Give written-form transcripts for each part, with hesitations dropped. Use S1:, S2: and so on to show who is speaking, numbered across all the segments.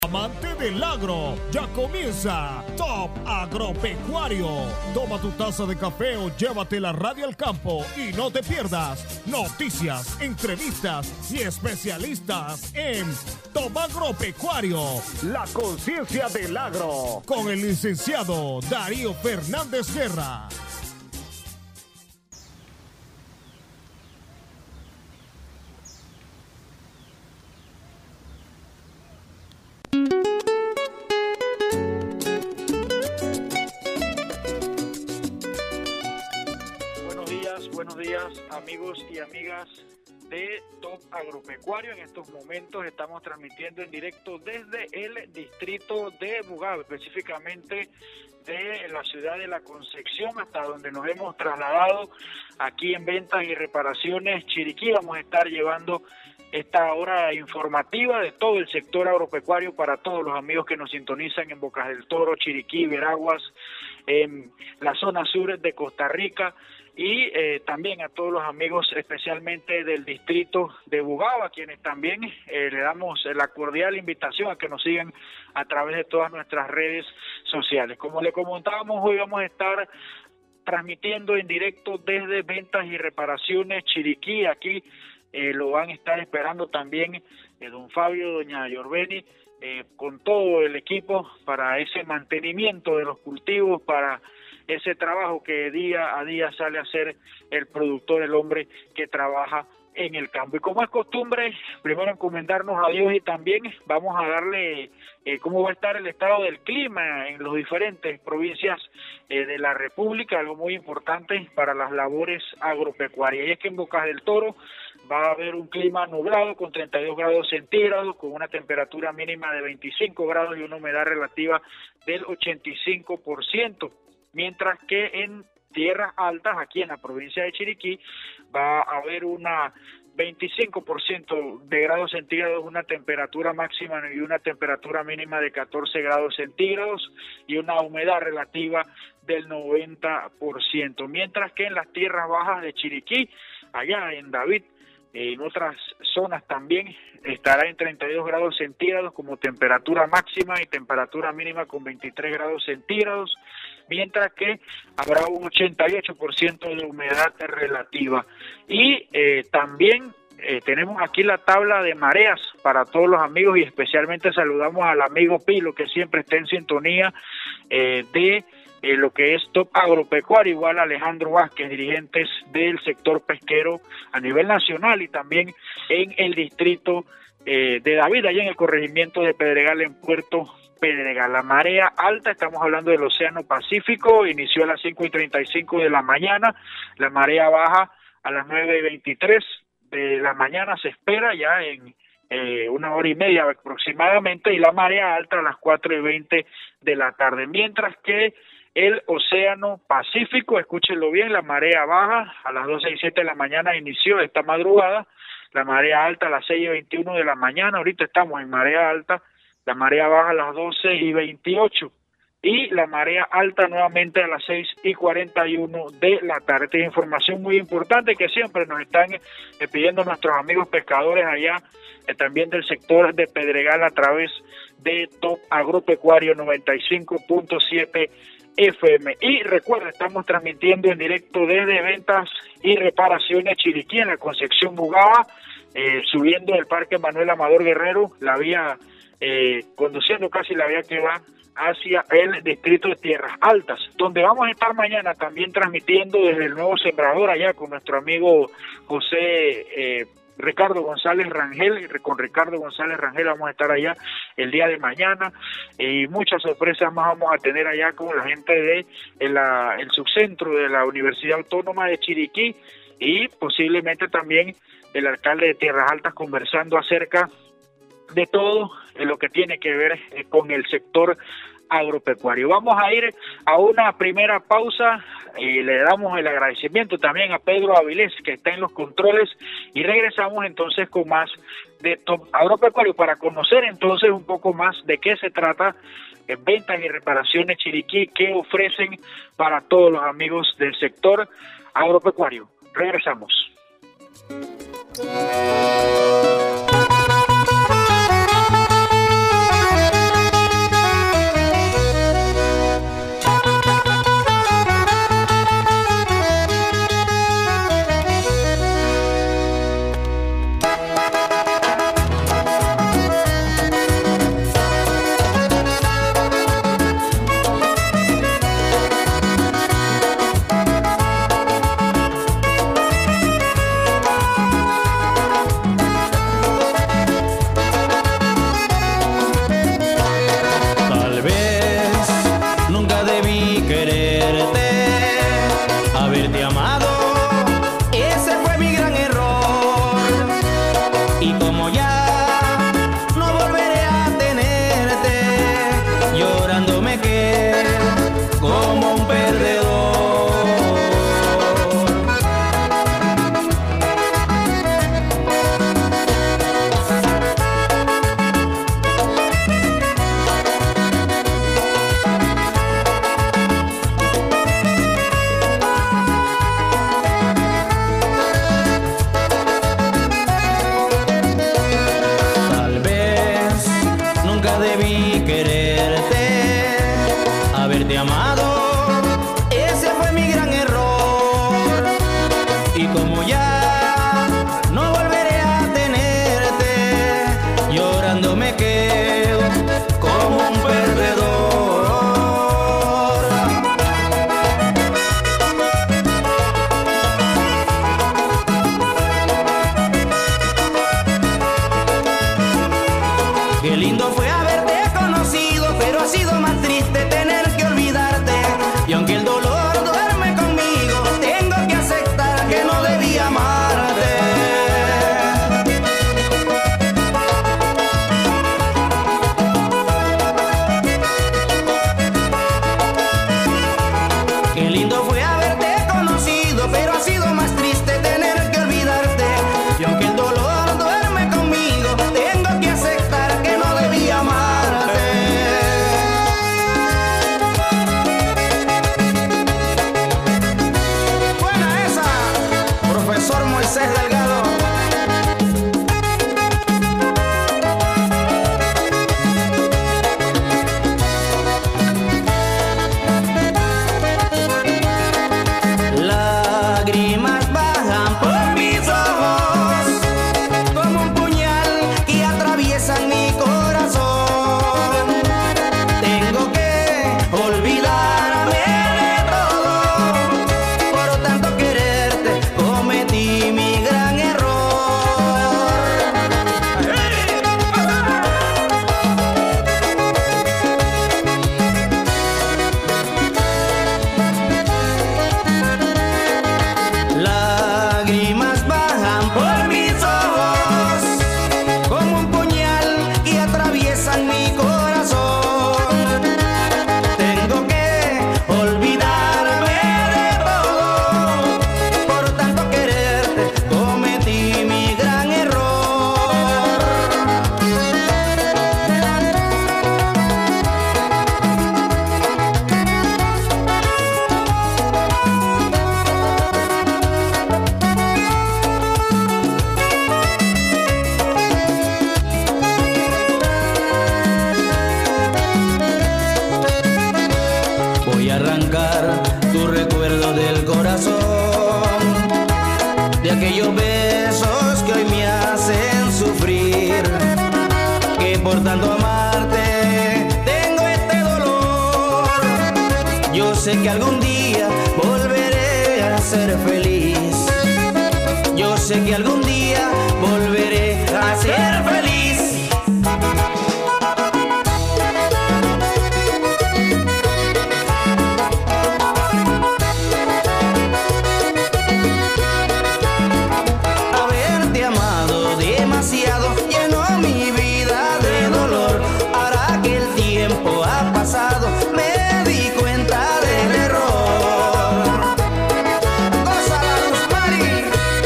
S1: Amante del agro, ya comienza Top Agropecuario. Toma tu taza de café o llévate la radio al campo y no te pierdas noticias, entrevistas y especialistas en Top Agropecuario, la conciencia del agro, con el licenciado Darío Fernández Guerra.
S2: Buenos días, amigos y amigas de Top Agropecuario. En estos momentos estamos transmitiendo en directo desde el distrito de Bugabo, específicamente de la ciudad de La Concepción, hasta donde nos hemos trasladado aquí en Ventas y Reparaciones Chiriquí. Vamos a estar llevando esta hora informativa de todo el sector agropecuario para todos los amigos que nos sintonizan en Bocas del Toro, Chiriquí, Veraguas, en la zona sur de Costa Rica, y también a todos los amigos especialmente del distrito de Bugabo, a quienes también le damos la cordial invitación a que nos sigan a través de todas nuestras redes sociales. Como le comentábamos, hoy vamos a estar transmitiendo en directo desde Ventas y Reparaciones Chiriquí. Aquí lo van a estar esperando también don Fabio, doña Yorbeni, con todo el equipo para ese mantenimiento de los cultivos, para ese trabajo que día a día sale a hacer el productor, el hombre que trabaja en el campo. Y como es costumbre, primero encomendarnos a Dios y también vamos a darle cómo va a estar el estado del clima en las diferentes provincias de la República, algo muy importante para las labores agropecuarias. Y es que en Bocas del Toro va a haber un clima nublado con 32 grados centígrados, con una temperatura mínima de 25 grados y una humedad relativa del 85%. Mientras que en tierras altas, aquí en la provincia de Chiriquí, va a haber una 25% de grados centígrados, una temperatura máxima y una temperatura mínima de 14 grados centígrados y una humedad relativa del 90%. Mientras que en las tierras bajas de Chiriquí, allá en David, en otras zonas también estará en 32 grados centígrados como temperatura máxima y temperatura mínima con 23 grados centígrados, mientras que habrá un 88% de humedad relativa. Y también tenemos aquí la tabla de mareas para todos los amigos y especialmente saludamos al amigo Pilo, que siempre está en sintonía de lo que es Top Agropecuario, igual a Alejandro Vázquez, dirigentes del sector pesquero a nivel nacional y también en el distrito de David, allá en el corregimiento de Pedregal, en Puerto Pedregal. La marea alta, estamos hablando del Océano Pacífico, inició a las 5:35 de la mañana, la marea baja a las 9:23 de la mañana, se espera ya en una hora y media aproximadamente, y la marea alta a las 4:20 de la tarde, mientras que el Océano Pacífico, escúchenlo bien, la marea baja a las 2:07 de la mañana inició esta madrugada, la marea alta a las 6:21 de la mañana, ahorita estamos en marea alta, la marea baja a las 12:28 y la marea alta nuevamente a las 6:41 de la tarde. Esta es información muy importante que siempre nos están pidiendo nuestros amigos pescadores allá, también del sector de Pedregal, a través de Top Agropecuario 95.7 FM. Y recuerda, estamos transmitiendo en directo desde Ventas y Reparaciones Chiriquí, en la Concepción Bugaba, subiendo el Parque Manuel Amador Guerrero, la vía, conduciendo casi la vía que va hacia el distrito de Tierras Altas, donde vamos a estar mañana también transmitiendo desde el nuevo sembrador allá con nuestro amigo Ricardo González Rangel. Con Ricardo González Rangel vamos a estar allá el día de mañana y muchas sorpresas más vamos a tener allá con la gente de el subcentro de la Universidad Autónoma de Chiriquí y posiblemente también el alcalde de Tierras Altas, conversando acerca de todo lo que tiene que ver con el sector agropecuario. Vamos a ir a una primera pausa y le damos el agradecimiento también a Pedro Avilés, que está en los controles, y regresamos entonces con más de Top Agropecuario para conocer entonces un poco más de qué se trata en Ventas y Reparaciones Chiriquí, qué ofrecen para todos los amigos del sector agropecuario. Regresamos.
S3: nunca debí quererte, haberte amado, ese fue mi gran error. Y como ya no volveré a tenerte, llorando me quedo como un perdedor. Qué lindo fue haberte conocido, pero ha sido más triste tener que olvidarte. Y aunque el dolor duerme conmigo, tengo que aceptar que no debía amarte. Qué lindo fue haberte conocido, pero ha sido más triste tener que olvidarte. Y aunque el dolor duerme conmigo, tengo que aceptar que no debía amarte. Buena esa, profesor Moisés Delgado. Lágrimas bajan por mis ojos como un puñal que atraviesan mi corazón. Tengo que olvidarme de todo, por tanto quererte cometí mi gran error. Lágrimas bajan por mis ojos como un puñal que atraviesan mi corazón. Tengo que olvidarme de todo, por tanto quererte cometí mi gran error. Voy a arrancar tu recuerdo del corazón, de aquellos besos que hoy me hacen sufrir, que por tanto amarte tengo este dolor. Yo sé que algún día volveré a ser feliz. Yo sé que algún día volveré a ser feliz. Haberte amado demasiado llenó mi vida de dolor. Ahora que el tiempo ha pasado, me di cuenta del error. Gózala, Luz Mari.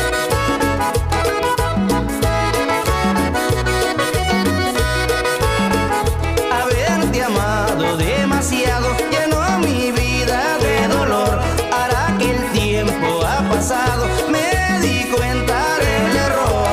S3: Haberte amado demasiado llenó mi vida de dolor. Ahora que el tiempo ha pasado, me di cuenta del error.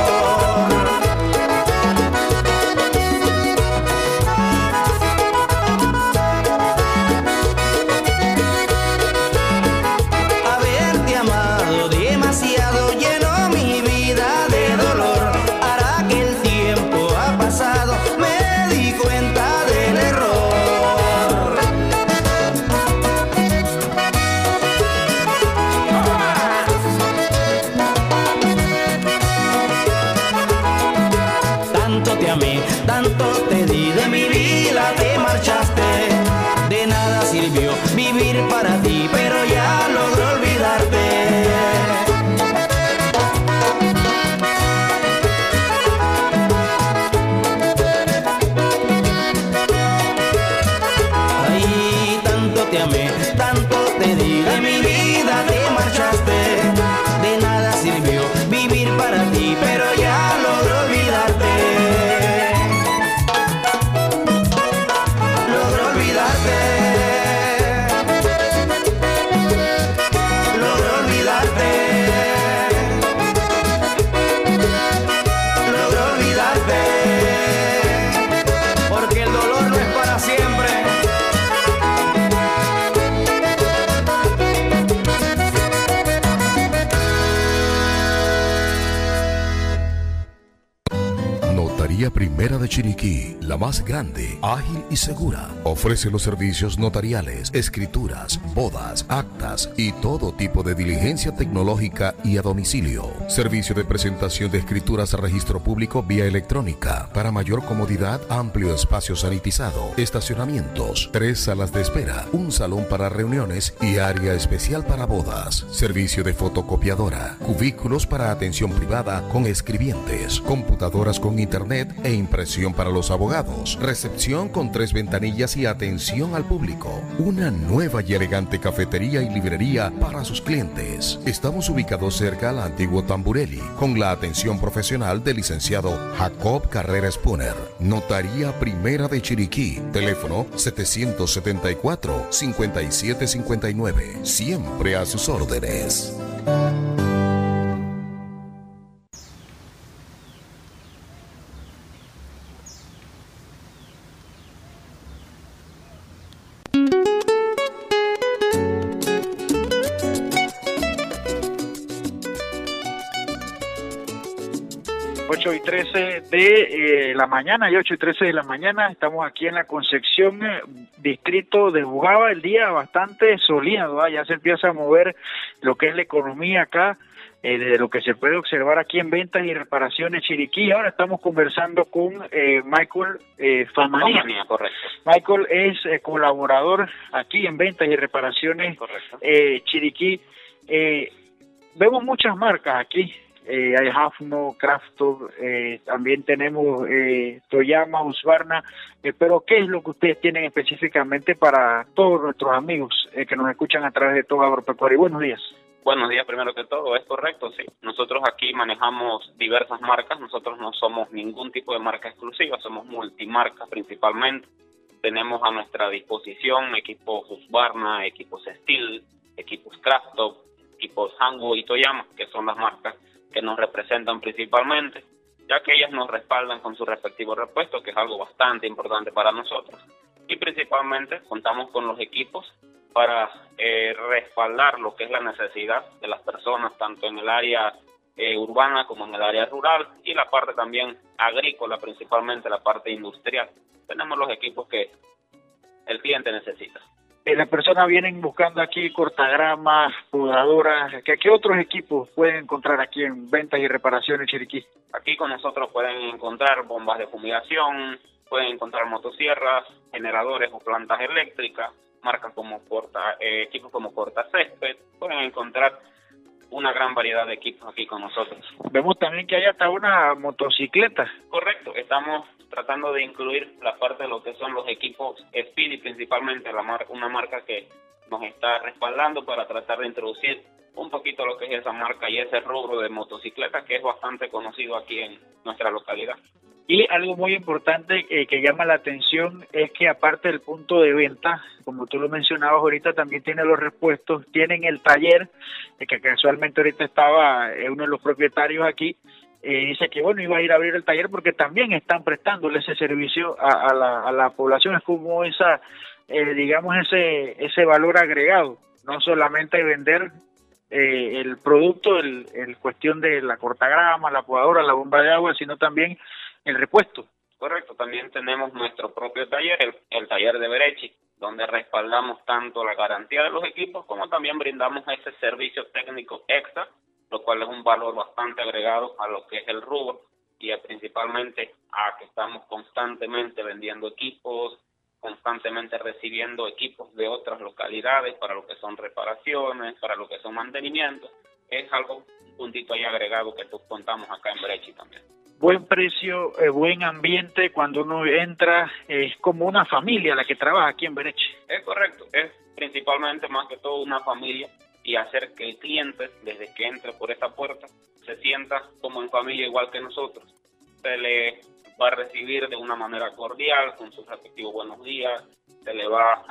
S3: Haberte amado demasiado llenó mi vida de dolor. Ahora que el tiempo ha pasado, me di cuenta del error. Tanto te amé, tanto te di de mi vida, te marchaste. De nada sirvió vivir para ti, pero ya logré olvidarte. Ay, tanto te amé, tanto te di de mi vida, te marchaste. De nada sirvió vivir para ti, pero ya logré olvidarte. Logré olvidarte. Logré olvidarte. Logré olvidarte. Porque el dolor
S4: Chiriquí, la más grande, ágil y segura. Ofrece los servicios notariales, escrituras, bodas, actas y todo tipo de diligencia tecnológica y a domicilio. Servicio de presentación de escrituras a registro público vía electrónica. Para mayor comodidad, amplio espacio sanitizado, estacionamientos, 3 salas de espera, un salón para reuniones y área especial para bodas. Servicio de fotocopiadora, cubículos para atención privada con escribientes, computadoras con internet e impresión para los abogados, recepción con 3 ventanillas y atención al público. Una nueva y elegante cafetería y librería para sus clientes. Estamos ubicados cerca al antiguo Tamburelli, con la atención profesional del licenciado Jacob Carrera Spooner. Notaría Primera de Chiriquí. Teléfono 774-5759. Siempre a sus órdenes.
S2: 8:13 de la mañana y 8:13 de la mañana. Estamos aquí en la Concepción, distrito de Bugaba. El día bastante soleado, ya se empieza a mover lo que es la economía acá, de lo que se puede observar aquí en ventas y reparaciones Chiriquí. Ahora estamos conversando con Michael Famanía.
S5: Correcto.
S2: Michael es colaborador aquí en ventas y reparaciones Chiriquí. Vemos muchas marcas aquí. Hay Hafno, Kraftov, también tenemos Toyama, Husqvarna, pero ¿qué es lo que ustedes tienen específicamente para todos nuestros amigos que nos escuchan a través de Top Agropecuario? Buenos días.
S5: Buenos días, primero que todo, es correcto, sí. Nosotros aquí manejamos diversas marcas, nosotros no somos ningún tipo de marca exclusiva, somos multimarcas principalmente. Tenemos a nuestra disposición equipos Husqvarna, equipos Steel, equipos Kraftov, equipos Hango y Toyama, que son las marcas que nos representan principalmente, ya que ellas nos respaldan con su respectivo repuesto, que es algo bastante importante para nosotros. Y principalmente contamos con los equipos para respaldar lo que es la necesidad de las personas, tanto en el área urbana como en el área rural, y la parte también agrícola, principalmente la parte industrial. Tenemos los equipos que el cliente necesita.
S2: Las personas vienen buscando aquí cortagramas, podadoras. ¿Qué otros equipos pueden encontrar aquí en ventas y reparaciones Chiriquí?
S5: Aquí con nosotros pueden encontrar bombas de fumigación, pueden encontrar motosierras, generadores o plantas eléctricas, marcas como equipos como cortacésped. Pueden encontrar una gran variedad de equipos aquí con nosotros.
S2: Vemos también que hay hasta una motocicleta.
S5: Correcto, estamos tratando de incluir la parte de lo que son los equipos Speedy, principalmente una marca que nos está respaldando para tratar de introducir un poquito lo que es esa marca y ese rubro de motocicletas que es bastante conocido aquí en nuestra localidad.
S2: Y algo muy importante que llama la atención es que aparte del punto de venta, como tú lo mencionabas ahorita, también tiene los repuestos, tienen el taller, que casualmente ahorita estaba uno de los propietarios aquí, dice que bueno, iba a ir a abrir el taller porque también están prestándole ese servicio a la población. Es como digamos ese valor agregado, no solamente vender el producto, el cuestión de la cortagrama, la podadora, la bomba de agua, sino también el repuesto.
S5: Correcto, también tenemos nuestro propio taller, el taller de Berechi, donde respaldamos tanto la garantía de los equipos como también brindamos ese servicio técnico extra, lo cual es un valor bastante agregado a lo que es el rubro y principalmente a que estamos constantemente vendiendo equipos, constantemente recibiendo equipos de otras localidades para lo que son reparaciones, para lo que son mantenimientos. Es algo, un puntito ahí agregado que contamos acá en Berechi también.
S2: Buen precio, buen ambiente, cuando uno entra es como una familia la que trabaja aquí en Berechi.
S5: Es correcto, es principalmente más que todo una familia y hacer que el cliente, desde que entre por esa puerta, se sienta como en familia igual que nosotros. Se le va a recibir de una manera cordial, con sus respectivos buenos días, se le va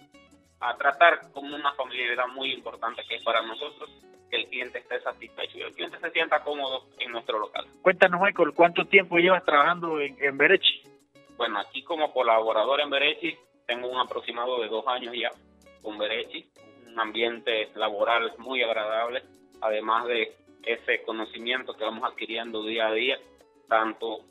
S5: a tratar como una familiaridad muy importante que es para nosotros, que el cliente esté satisfecho y el cliente se sienta cómodo en nuestro local.
S2: Cuéntanos, Michael, ¿cuánto tiempo llevas trabajando en Berechi?
S5: Bueno, aquí como colaborador en Berechi tengo un aproximado de 2 años ya con Berechi, un ambiente laboral muy agradable, además de ese conocimiento que vamos adquiriendo día a día, tanto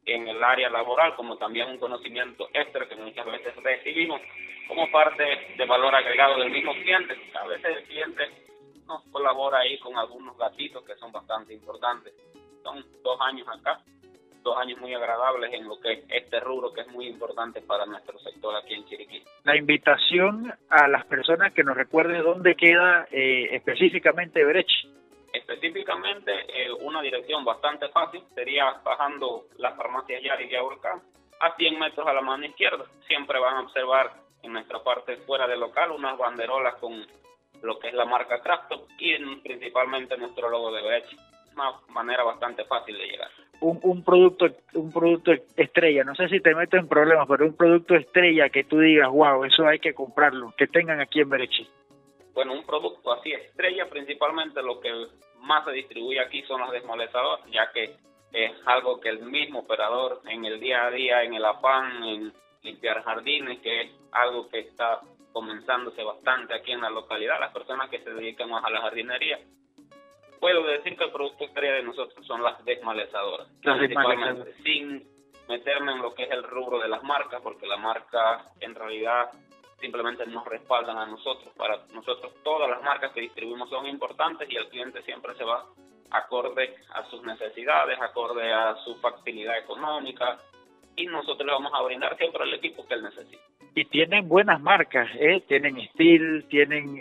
S5: en el área laboral, como también un conocimiento extra que muchas veces recibimos como parte de valor agregado del mismo cliente. A veces el cliente nos colabora ahí con algunos gatitos que son bastante importantes. Son 2 años acá, 2 años muy agradables en lo que es este rubro, que es muy importante para nuestro sector aquí en Chiriquí.
S2: La invitación a las personas que nos recuerden dónde queda específicamente Berechi.
S5: Específicamente, una dirección bastante fácil sería bajando la farmacia Yari de Aurcán a 100 metros a la mano izquierda. Siempre van a observar en nuestra parte fuera del local unas banderolas con lo que es la marca Crafto y principalmente nuestro logo de Berechi. Una manera bastante fácil de llegar.
S2: Un producto estrella, no sé si te meto en problemas, pero un producto estrella que tú digas, wow, eso hay que comprarlo, que tengan aquí en Berechi.
S5: Bueno, un producto así estrella, principalmente lo que más se distribuye aquí son los desmalezadores, ya que es algo que el mismo operador en el día a día, en el afán, en limpiar jardines, que es algo que está comenzándose bastante aquí en la localidad, las personas que se dedican más a la jardinería. Puedo decir que el producto estrella de nosotros son las desmalezadoras, principalmente, sin meterme en lo que es el rubro de las marcas, porque la marca en realidad simplemente nos respaldan a nosotros. Para nosotros todas las marcas que distribuimos son importantes y el cliente siempre se va acorde a sus necesidades, acorde a su facilidad económica, y nosotros le vamos a brindar siempre el equipo que él necesita.
S2: Y tienen buenas marcas, tienen Steel, tienen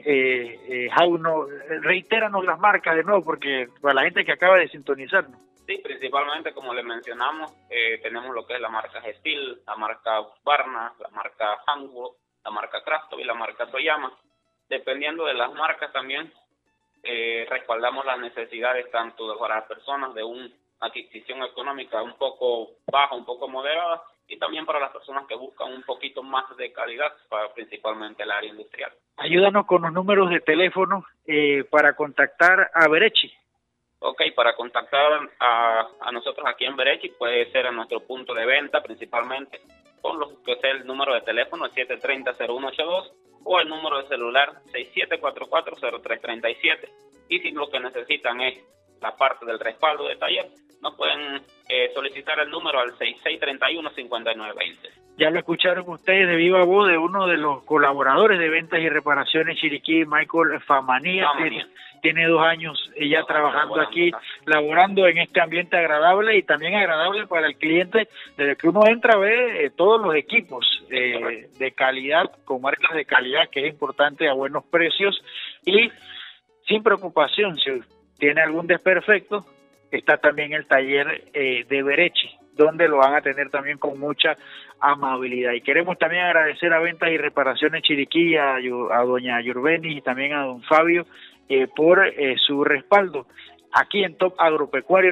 S2: Jauno. Reitéranos las marcas de nuevo, porque para la gente que acaba de sintonizarnos.
S5: Sí, principalmente, como le mencionamos, tenemos lo que es la marca Steel, la marca Husqvarna, la marca Hanwoo, la marca Crafto y la marca Toyama. Dependiendo de las marcas también, respaldamos las necesidades tanto de para las personas de una adquisición económica un poco baja, un poco moderada, y también para las personas que buscan un poquito más de calidad, para principalmente el área industrial.
S2: Ayúdanos con los números de teléfono para contactar a Berechi.
S5: Ok, para contactar a nosotros aquí en Berechi puede ser en nuestro punto de venta principalmente, con lo que es el número de teléfono 730-0182 o el número de celular 6744-0337. Y si lo que necesitan es la parte del respaldo de taller, nos pueden solicitar el número al 6631-5920.
S2: Ya lo escucharon ustedes de viva voz de uno de los colaboradores de ventas y reparaciones Chiriquí, Michael Famanía. Tiene 2 años ya trabajando aquí, laborando en este ambiente agradable y también agradable para el cliente. Desde que uno entra ve todos los equipos de calidad, con marcas de calidad, que es importante, a buenos precios y sin preocupación. Si tiene algún desperfecto, está también el taller de Berechi, donde lo van a tener también con mucha amabilidad. Y queremos también agradecer a Ventas y Reparaciones Chiriquí, a doña Yurbenis y también a don Fabio por su respaldo. Aquí en Top Agropecuario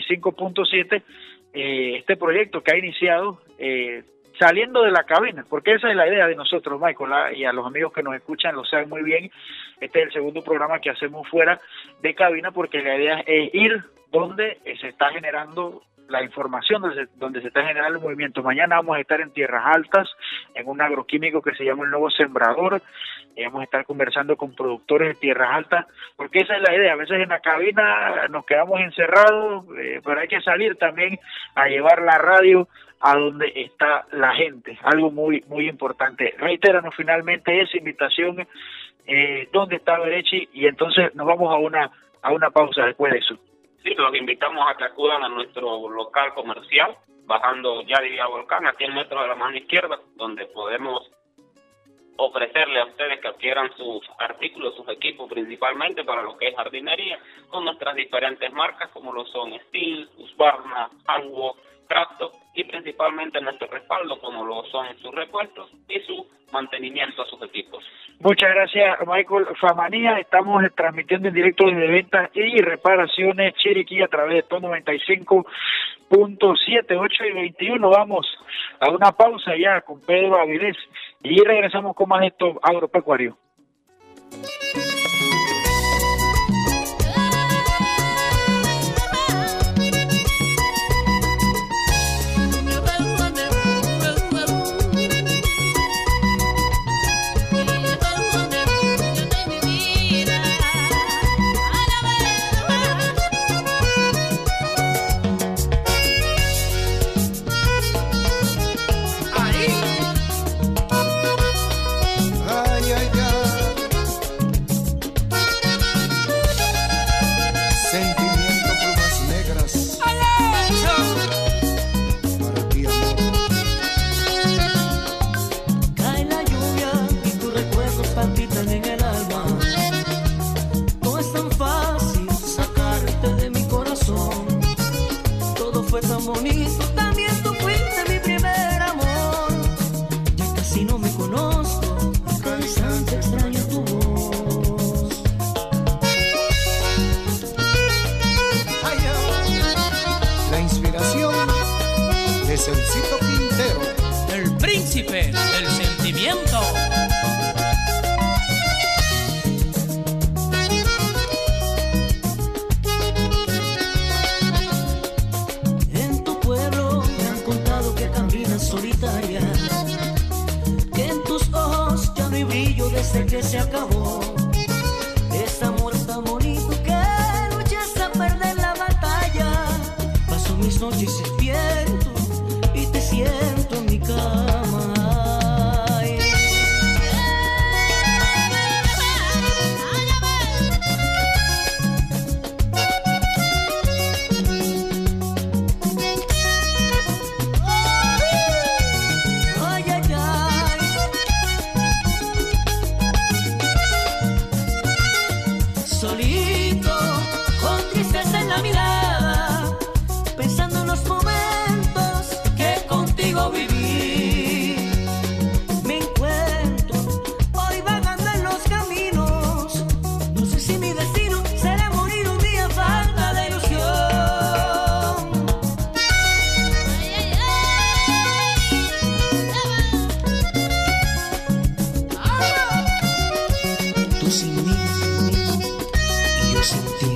S2: 95.7, este proyecto que ha iniciado saliendo de la cabina, porque esa es la idea de nosotros, Michael, y a los amigos que nos escuchan lo saben muy bien. Este es el segundo programa que hacemos fuera de cabina, porque la idea es ir donde se está generando la información, donde se está generando el movimiento. Mañana vamos a estar en Tierras Altas, en un agroquímico que se llama El Nuevo Sembrador, y vamos a estar conversando con productores de Tierras Altas, porque esa es la idea. A veces en la cabina nos quedamos encerrados, pero hay que salir también a llevar la radio a donde está la gente, algo muy muy importante. Reitéranos finalmente esa invitación, dónde está Berechi, y entonces nos vamos a una pausa después de eso.
S5: Sí, los invitamos a que acudan a nuestro local comercial, bajando Yari a Volcán, a 100 metros a la mano izquierda, donde podemos ofrecerle a ustedes que adquieran sus artículos, sus equipos, principalmente para lo que es jardinería, con nuestras diferentes marcas, como lo son Steel, Husqvarna, Hanwoo, Crafto, y principalmente nuestro respaldo, como lo son sus repuestos y su mantenimiento a sus equipos.
S2: Muchas gracias, Michael Famanía. Estamos transmitiendo en directo desde Ventas y Reparaciones Chiriquí a través de Top 95.7, 8:21. Vamos a una pausa ya con Pedro Avilés y regresamos con más de Top Agropecuario.
S6: conozco, cada instante extraño tu voz.
S7: La inspiración de Celcito Quintero,
S8: el príncipe del sentimiento.
S6: En tu pueblo me han contado que caminas solitaria, que en tus ojos ya no hay brillo desde que se acabó. Este amor tan bonito que luchas a perder la batalla. Paso mis noches despierto y te siento en mi cama. Ay. Ay, ay, ay. Solito, con tristeza en la mirada, pensando en los momentos que contigo viví. Me encuentro hoy vagando en los caminos. No sé si mi destino será morir un día, falta de ilusión. Tú sin mí y yo sin ti.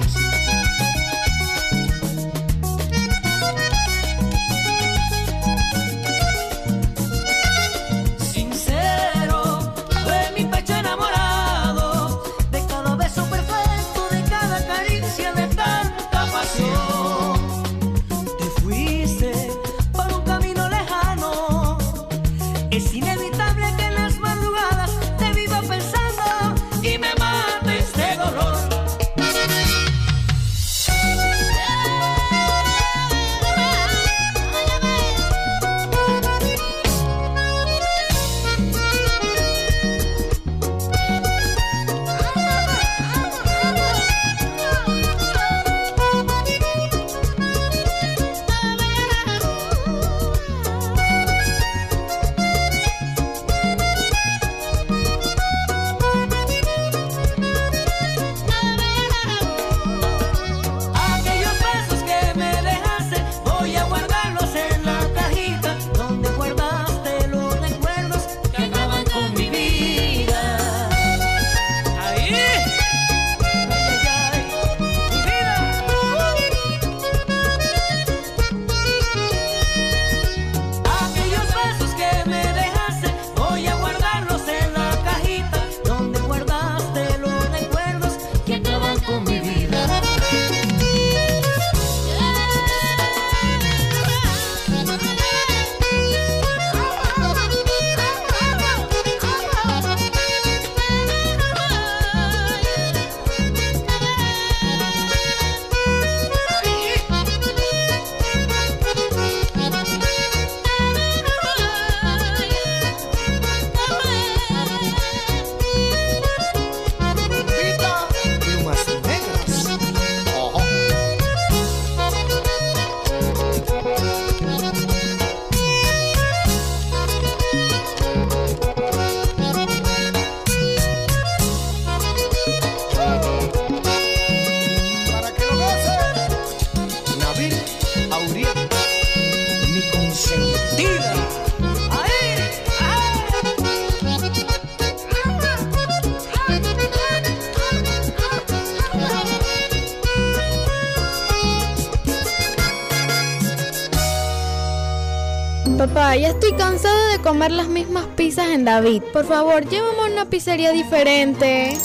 S6: Sincero, fue mi pecho enamorado de cada beso perfecto, de cada caricia, de tanta pasión. Te fuiste por un camino lejano. Es inevitable que en las madrugadas te viva pensando y me mates de dolor. Aquellos besos que me dejaste, voy a guardarlos en la cajita donde guardaste los recuerdos que acaban con mi vida. Ahí, ay, ay, ay, mi vida. Aquellos besos que me dejaste, voy a guardarlos en la cajita donde guardaste los recuerdos que acaban con mi vida.
S7: Pita, plumas negras. Ojo. Para que lo goce, Nabil Auría,
S6: Mi consentida. Ahí,
S9: Papá, ya estoy cansada de comer las mismas pizzas en David. Por favor, llévame a una pizzería diferente.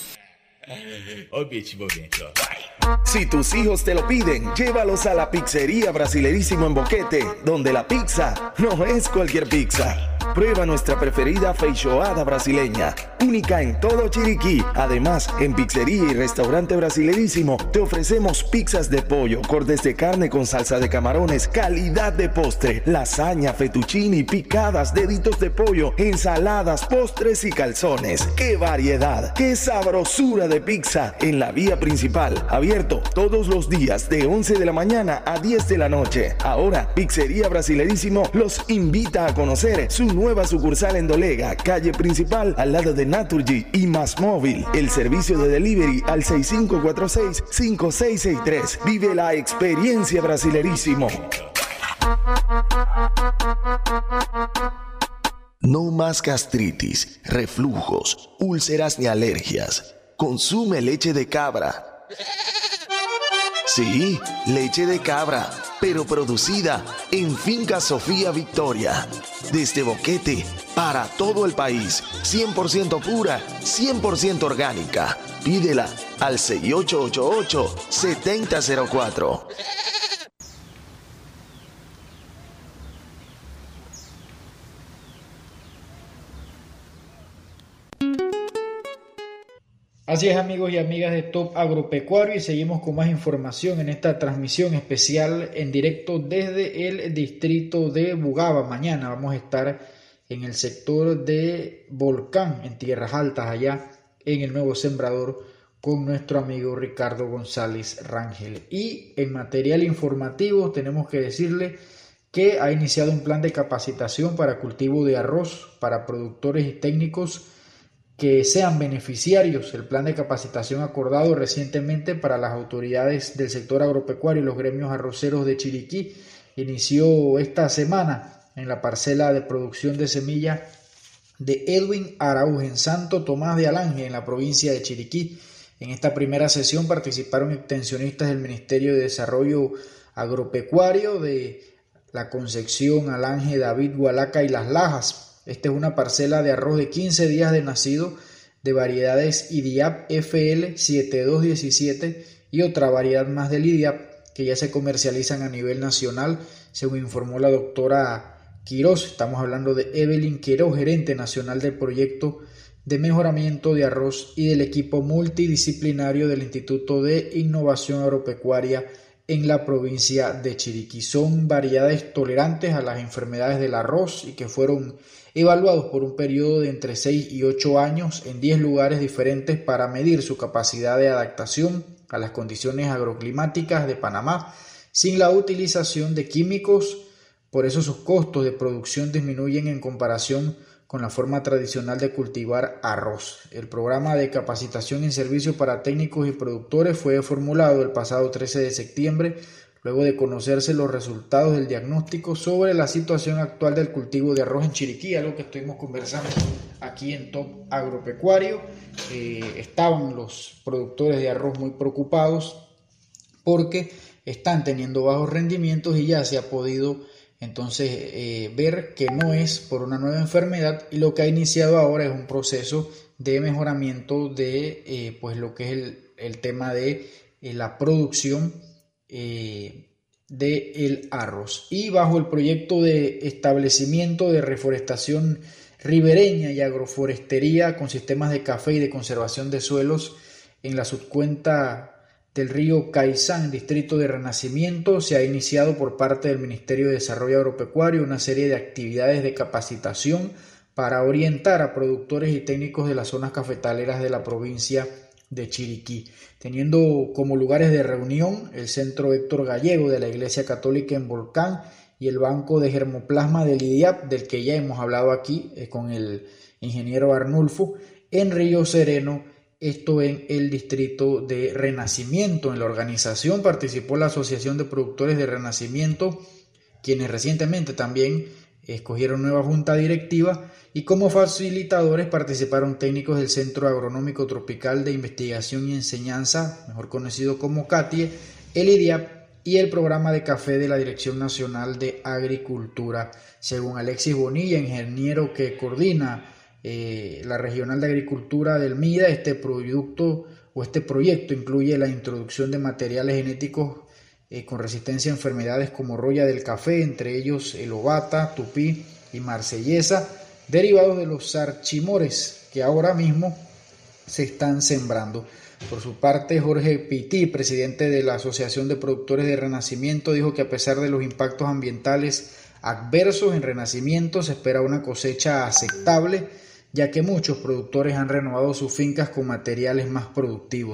S10: Si tus hijos te lo piden, llévalos a la pizzería Brasilerísimo en Boquete, donde la pizza no es cualquier pizza. Prueba nuestra preferida feijoada brasileña, única en todo Chiriquí. Además, en Pizzería y Restaurante Brasilerísimo te ofrecemos pizzas de pollo, cortes de carne con salsa de camarones, calidad de postre, lasaña, fettuccini, picadas, deditos de pollo, ensaladas, postres y calzones. ¡Qué variedad! ¡Qué sabrosura de pizza! En la vía principal, abierta abierto todos los días de 11 de la mañana a 10 de la noche. Ahora, Pizzería Brasilerísimo los invita a conocer su nueva sucursal en Dolega, calle principal, al lado de Naturgy y Más Móvil. El servicio de delivery al 6546-5663. Vive la experiencia Brasilerísimo. No más gastritis, reflujos, úlceras ni alergias. Consume leche de cabra. Sí, leche de cabra, pero producida en Finca Sofía Victoria. Desde Boquete para todo el país. 100% pura, 100% orgánica. Pídela al 6888-7004.
S11: Así es, amigos y amigas de Top Agropecuario, y seguimos con más información en esta transmisión especial en directo desde el distrito de Bugaba. Mañana vamos a estar en el sector de Volcán, en Tierras Altas, allá en el nuevo sembrador, con nuestro amigo Ricardo González Rangel. Y en material informativo tenemos que decirle que ha iniciado un plan de capacitación para cultivo de arroz para productores y técnicos que sean beneficiarios. El plan de capacitación acordado recientemente para las autoridades del sector agropecuario y los gremios arroceros de Chiriquí inició esta semana en la parcela de producción de semilla de Edwin Araújo en Santo Tomás de Alange, en la provincia de Chiriquí. En esta primera sesión participaron extensionistas del Ministerio de Desarrollo Agropecuario de la Concepción, Alange, David, Hualaca y Las Lajas. Esta es una parcela de arroz de 15 días de nacido de variedades IDIAP FL 7217 y otra variedad más del IDIAP que ya se comercializan a nivel nacional, según informó la doctora Quiroz. Estamos hablando de Evelyn Quiroz, gerente nacional del proyecto de mejoramiento de arroz y del equipo multidisciplinario del Instituto de Innovación Agropecuaria en la provincia de Chiriquí. Son variedades tolerantes a las enfermedades del arroz y que fueron evaluados por un periodo de entre 6 y 8 años en 10 lugares diferentes para medir su capacidad de adaptación a las condiciones agroclimáticas de Panamá sin la utilización de químicos. Por eso sus costos de producción disminuyen en comparación con la forma tradicional de cultivar arroz. El programa de capacitación en servicio para técnicos y productores fue formulado el pasado 13 de septiembre, luego de conocerse los resultados del diagnóstico sobre la situación actual del cultivo de arroz en Chiriquí, algo que estuvimos conversando aquí en Top Agropecuario. Estaban los productores de arroz muy preocupados porque están teniendo bajos rendimientos y ya se ha podido entonces ver que no es por una nueva enfermedad, y lo que ha iniciado ahora es un proceso de mejoramiento de pues lo que es el tema de la producción del arroz. Y bajo el proyecto de establecimiento de reforestación ribereña y agroforestería con sistemas de café y de conservación de suelos en la subcuenca del río Caizán, distrito de Renacimiento, se ha iniciado por parte del Ministerio de Desarrollo Agropecuario una serie de actividades de capacitación para orientar a productores y técnicos de las zonas cafetaleras de la provincia de Chiriquí, teniendo como lugares de reunión el Centro Héctor Gallego de la Iglesia Católica en Volcán y el Banco de Germoplasma del IDIAP, del que ya hemos hablado aquí con el ingeniero Arnulfo, en Río Sereno, esto en el distrito de Renacimiento. En la organización participó la Asociación de Productores de Renacimiento, quienes recientemente también escogieron nueva junta directiva, y como facilitadores participaron técnicos del Centro Agronómico Tropical de Investigación y Enseñanza, mejor conocido como CATIE, el IDIAP y el programa de café de la Dirección Nacional de Agricultura. Según Alexis Bonilla, ingeniero que coordina la Regional de Agricultura del MIDA, este proyecto incluye la introducción de materiales genéticos con resistencia a enfermedades como roya del café, entre ellos el ovata, tupí y marsellesa, derivados de los zarchimores que ahora mismo se están sembrando. Por su parte, Jorge Pití, presidente de la Asociación de Productores de Renacimiento, dijo que a pesar de los impactos ambientales adversos en Renacimiento, se espera una cosecha aceptable, ya que muchos productores han renovado sus fincas con materiales más productivos.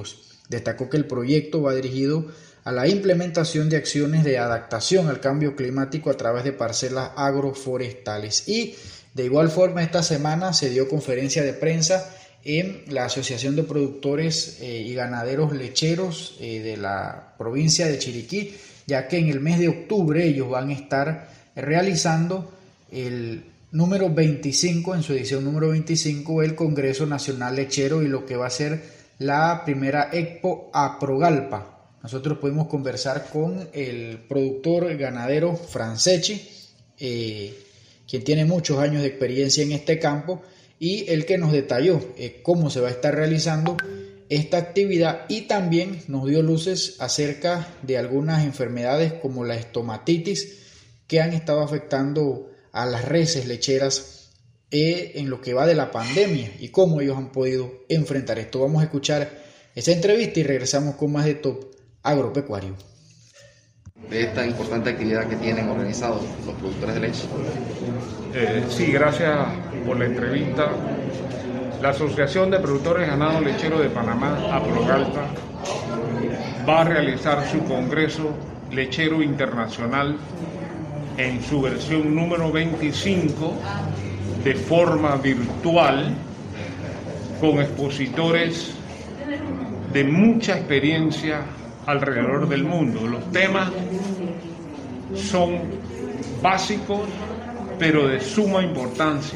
S11: Destacó que el proyecto va dirigido a la implementación de acciones de adaptación al cambio climático a través de parcelas agroforestales. Y de igual forma, esta semana se dio conferencia de prensa en la Asociación de Productores y Ganaderos Lecheros de la provincia de Chiriquí, ya que en el mes de octubre ellos van a estar realizando el número 25, en su edición número 25, el Congreso Nacional Lechero y lo que va a ser la primera Expo Aprogalpa. Nosotros pudimos conversar con el productor ganadero Franceschi, quien tiene muchos años de experiencia en este campo, y el que nos detalló cómo se va a estar realizando esta actividad, y también nos dio luces acerca de algunas enfermedades como la estomatitis que han estado afectando a las reses lecheras en lo que va de la pandemia y cómo ellos han podido enfrentar esto. Vamos a escuchar esa entrevista y regresamos con más de Top Agropecuario.
S12: De esta importante actividad que tienen organizado los productores de leche.
S13: Sí, gracias por la entrevista. La Asociación de Productores Ganado Lechero de Panamá, Aprogalpa, va a realizar su Congreso Lechero Internacional en su versión número 25 de forma virtual, con expositores de mucha experiencia alrededor del mundo. Los temas son básicos, pero de suma importancia.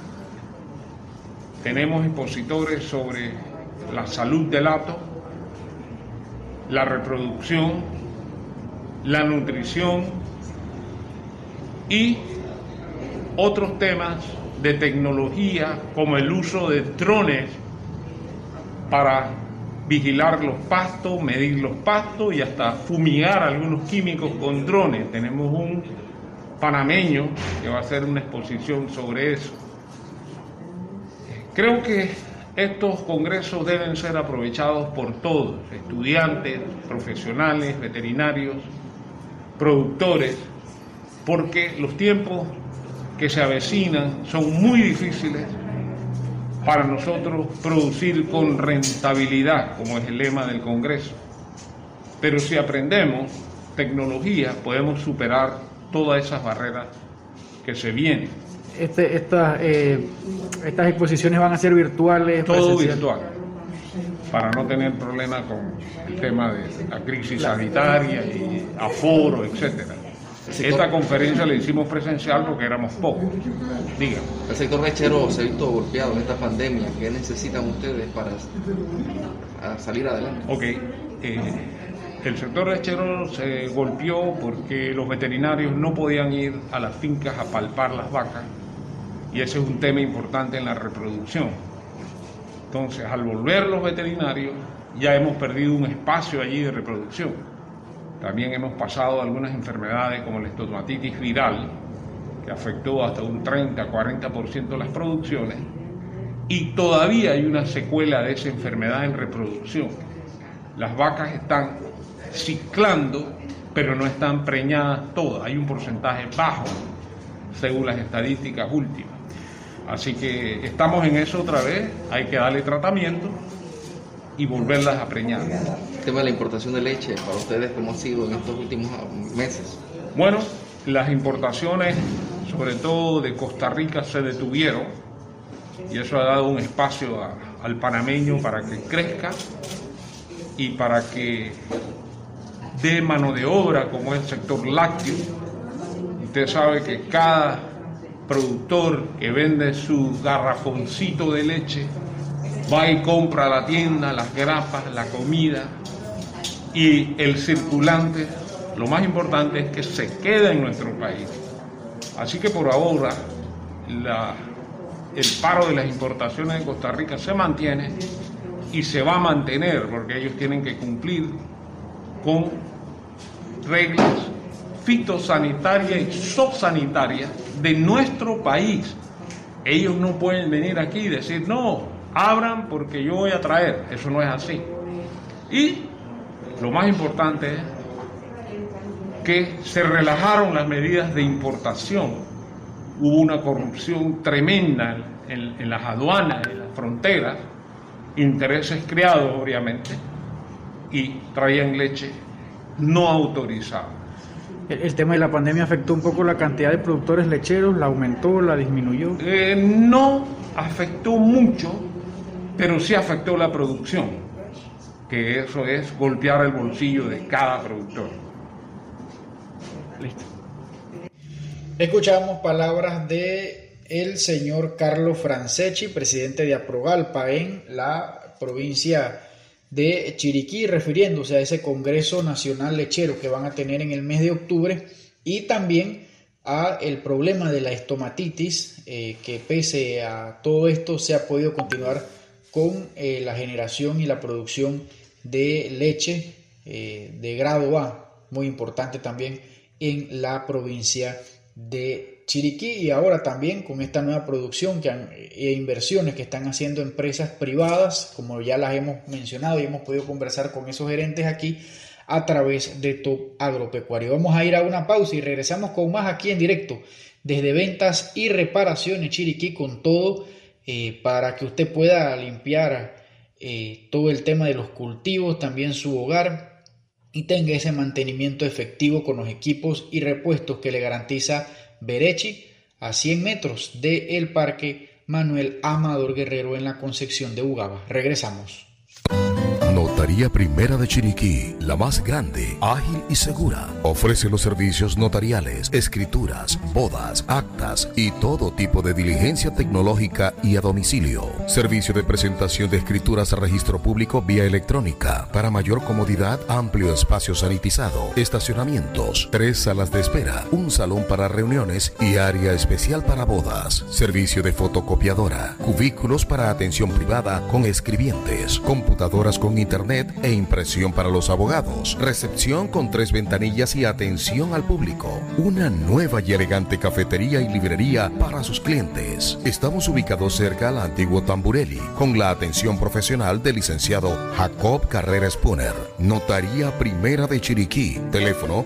S13: Tenemos expositores sobre la salud del hato, la reproducción, la nutrición y otros temas de tecnología como el uso de drones para vigilar los pastos, medir los pastos y hasta fumigar algunos químicos con drones. Tenemos un panameño que va a hacer una exposición sobre eso. Creo que estos congresos deben ser aprovechados por todos, estudiantes, profesionales, veterinarios, productores, porque los tiempos que se avecinan son muy difíciles para nosotros producir con rentabilidad, como es el lema del Congreso. Pero si aprendemos tecnología, podemos superar todas esas barreras que se vienen.
S11: Estas exposiciones van a ser virtuales.
S13: Todo virtual, para no tener problemas con el tema de la crisis sanitaria y aforo, etcétera. Esta conferencia la hicimos presencial porque éramos pocos. Dígame.
S12: El sector lechero se ha visto golpeado en esta pandemia. ¿Qué necesitan ustedes para salir adelante?
S13: Ok. El sector lechero se golpeó porque los veterinarios no podían ir a las fincas a palpar las vacas, y ese es un tema importante en la reproducción. Entonces, al volver los veterinarios, ya hemos perdido un espacio allí de reproducción. También hemos pasado algunas enfermedades como la estomatitis viral, que afectó hasta un 30-40% de las producciones, y todavía hay una secuela de esa enfermedad en reproducción. Las vacas están ciclando, pero no están preñadas todas, hay un porcentaje bajo según las estadísticas últimas. Así que estamos en eso otra vez, hay que darle tratamiento y volverlas a preñar.
S12: El tema de la importación de leche, para ustedes, ¿cómo ha sido en estos últimos meses?
S13: Bueno, las importaciones, sobre todo de Costa Rica, se detuvieron, y eso ha dado un espacio al panameño para que crezca y para que dé mano de obra, como es el sector lácteo. Usted sabe que cada productor que vende su garrafoncito de leche va y compra a la tienda las grapas, la comida, y el circulante, lo más importante es que se queda en nuestro país. Así que por ahora el paro de las importaciones de Costa Rica se mantiene y se va a mantener, porque ellos tienen que cumplir con reglas fitosanitarias y zoosanitarias de nuestro país. Ellos no pueden venir aquí y decir, no, abran porque yo voy a traer. Eso no es así. Y lo más importante es que se relajaron las medidas de importación. Hubo una corrupción tremenda en las aduanas, en las fronteras, intereses creados obviamente, y traían leche no autorizada.
S11: ¿El tema de la pandemia afectó un poco la cantidad de productores lecheros? ¿La aumentó, la disminuyó?
S13: No afectó mucho, pero sí afectó la producción, que eso es golpear el bolsillo de cada productor.
S11: Listo. Escuchamos palabras de el señor Carlos Franceschi, presidente de Aprogalpa en la provincia de Chiriquí, refiriéndose a ese Congreso Nacional Lechero que van a tener en el mes de octubre, y también a el problema de la estomatitis, que pese a todo esto se ha podido continuar con la generación y la producción de leche de grado A, muy importante también en la provincia de Chiriquí, y ahora también con esta nueva producción e inversiones que están haciendo empresas privadas, como ya las hemos mencionado y hemos podido conversar con esos gerentes aquí a través de Top Agropecuario. Vamos a ir a una pausa y regresamos con más aquí en directo desde Ventas y Reparaciones Chiriquí, con todo para que usted pueda limpiar todo el tema de los cultivos, también su hogar, y tenga ese mantenimiento efectivo con los equipos y repuestos que le garantiza Berechi, a 100 metros del Parque Manuel Amador Guerrero en la Concepción de Ugaba. Regresamos.
S4: Notaría Primera de Chiriquí, la más grande, ágil y segura. Ofrece los servicios notariales, escrituras, bodas, actas y todo tipo de diligencia tecnológica y a domicilio. Servicio de presentación de escrituras a registro público vía electrónica. Para mayor comodidad, amplio espacio sanitizado, estacionamientos, 3 salas de espera, un salón para reuniones y área especial para bodas. Servicio de fotocopiadora, cubículos para atención privada con escribientes, computadoras con internet e impresión para los abogados, recepción con 3 ventanillas y atención al público. Una nueva y elegante cafetería y librería para sus clientes. Estamos ubicados cerca al antiguo Tamburelli, con la atención profesional del licenciado Jacob Carrera Spooner. Notaría Primera de Chiriquí, teléfono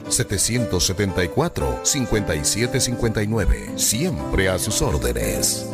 S4: 774-5759, siempre a sus órdenes.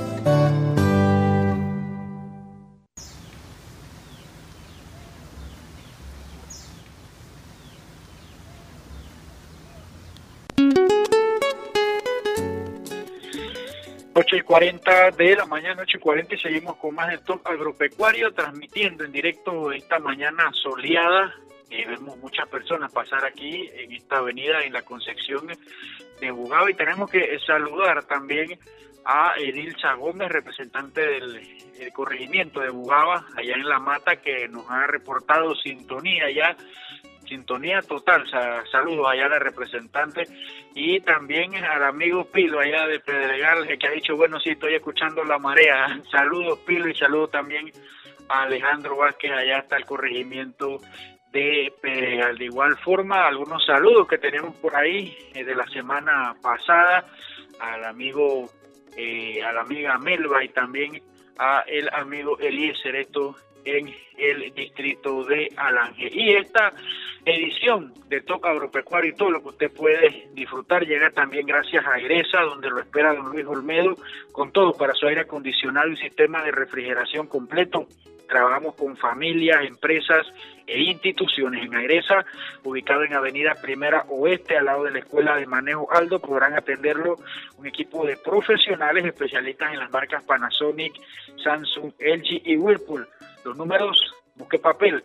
S2: y 40 de la mañana, 8:40, y seguimos con más de Top Agropecuario, transmitiendo en directo esta mañana soleada. Vemos muchas personas pasar aquí en esta avenida en la Concepción de Bugaba, y tenemos que saludar también a Edilza Gómez, representante del corregimiento de Bugaba, allá en La Mata, que nos ha reportado sintonía ya. Sintonía total, saludos allá a la representante, y también al amigo Pilo allá de Pedregal, que ha dicho, bueno, sí, estoy escuchando La Marea. Saludos Pilo, y saludos también a Alejandro Vázquez allá hasta el corregimiento de Pedregal. De igual forma, algunos saludos que tenemos por ahí de la semana pasada, al amigo, a la amiga Melba, y también a el amigo Eliezer, esto en el distrito de Alange. Y esta edición de Top Agropecuario y todo lo que usted puede disfrutar llega también gracias a Airesa, donde lo espera don Luis Olmedo con todo para su aire acondicionado y sistema de refrigeración completo. Trabajamos con familias, empresas e instituciones. En Airesa, ubicado en Avenida Primera Oeste, al lado de la Escuela de Manejo Aldo, podrán atenderlo un equipo de profesionales especialistas en las marcas Panasonic, Samsung, LG y Whirlpool. Los números, busque papel,